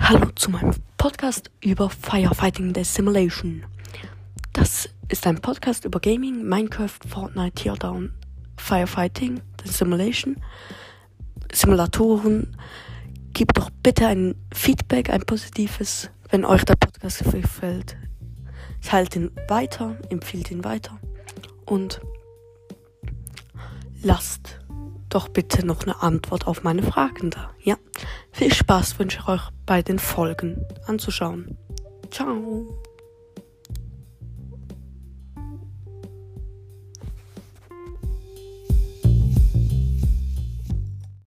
Hallo zu meinem Podcast über Firefighting the Simulation. Das ist ein Podcast über Gaming, Minecraft, Fortnite, Teardown, Firefighting the Simulation, Simulatoren. Gebt doch bitte ein Feedback, ein positives, wenn euch der Podcast gefällt. Teilt ihn weiter, empfiehlt ihn weiter und lasst doch bitte noch eine Antwort auf meine Fragen da. Ja, viel Spaß wünsche ich euch bei den Folgen anzuschauen. Ciao.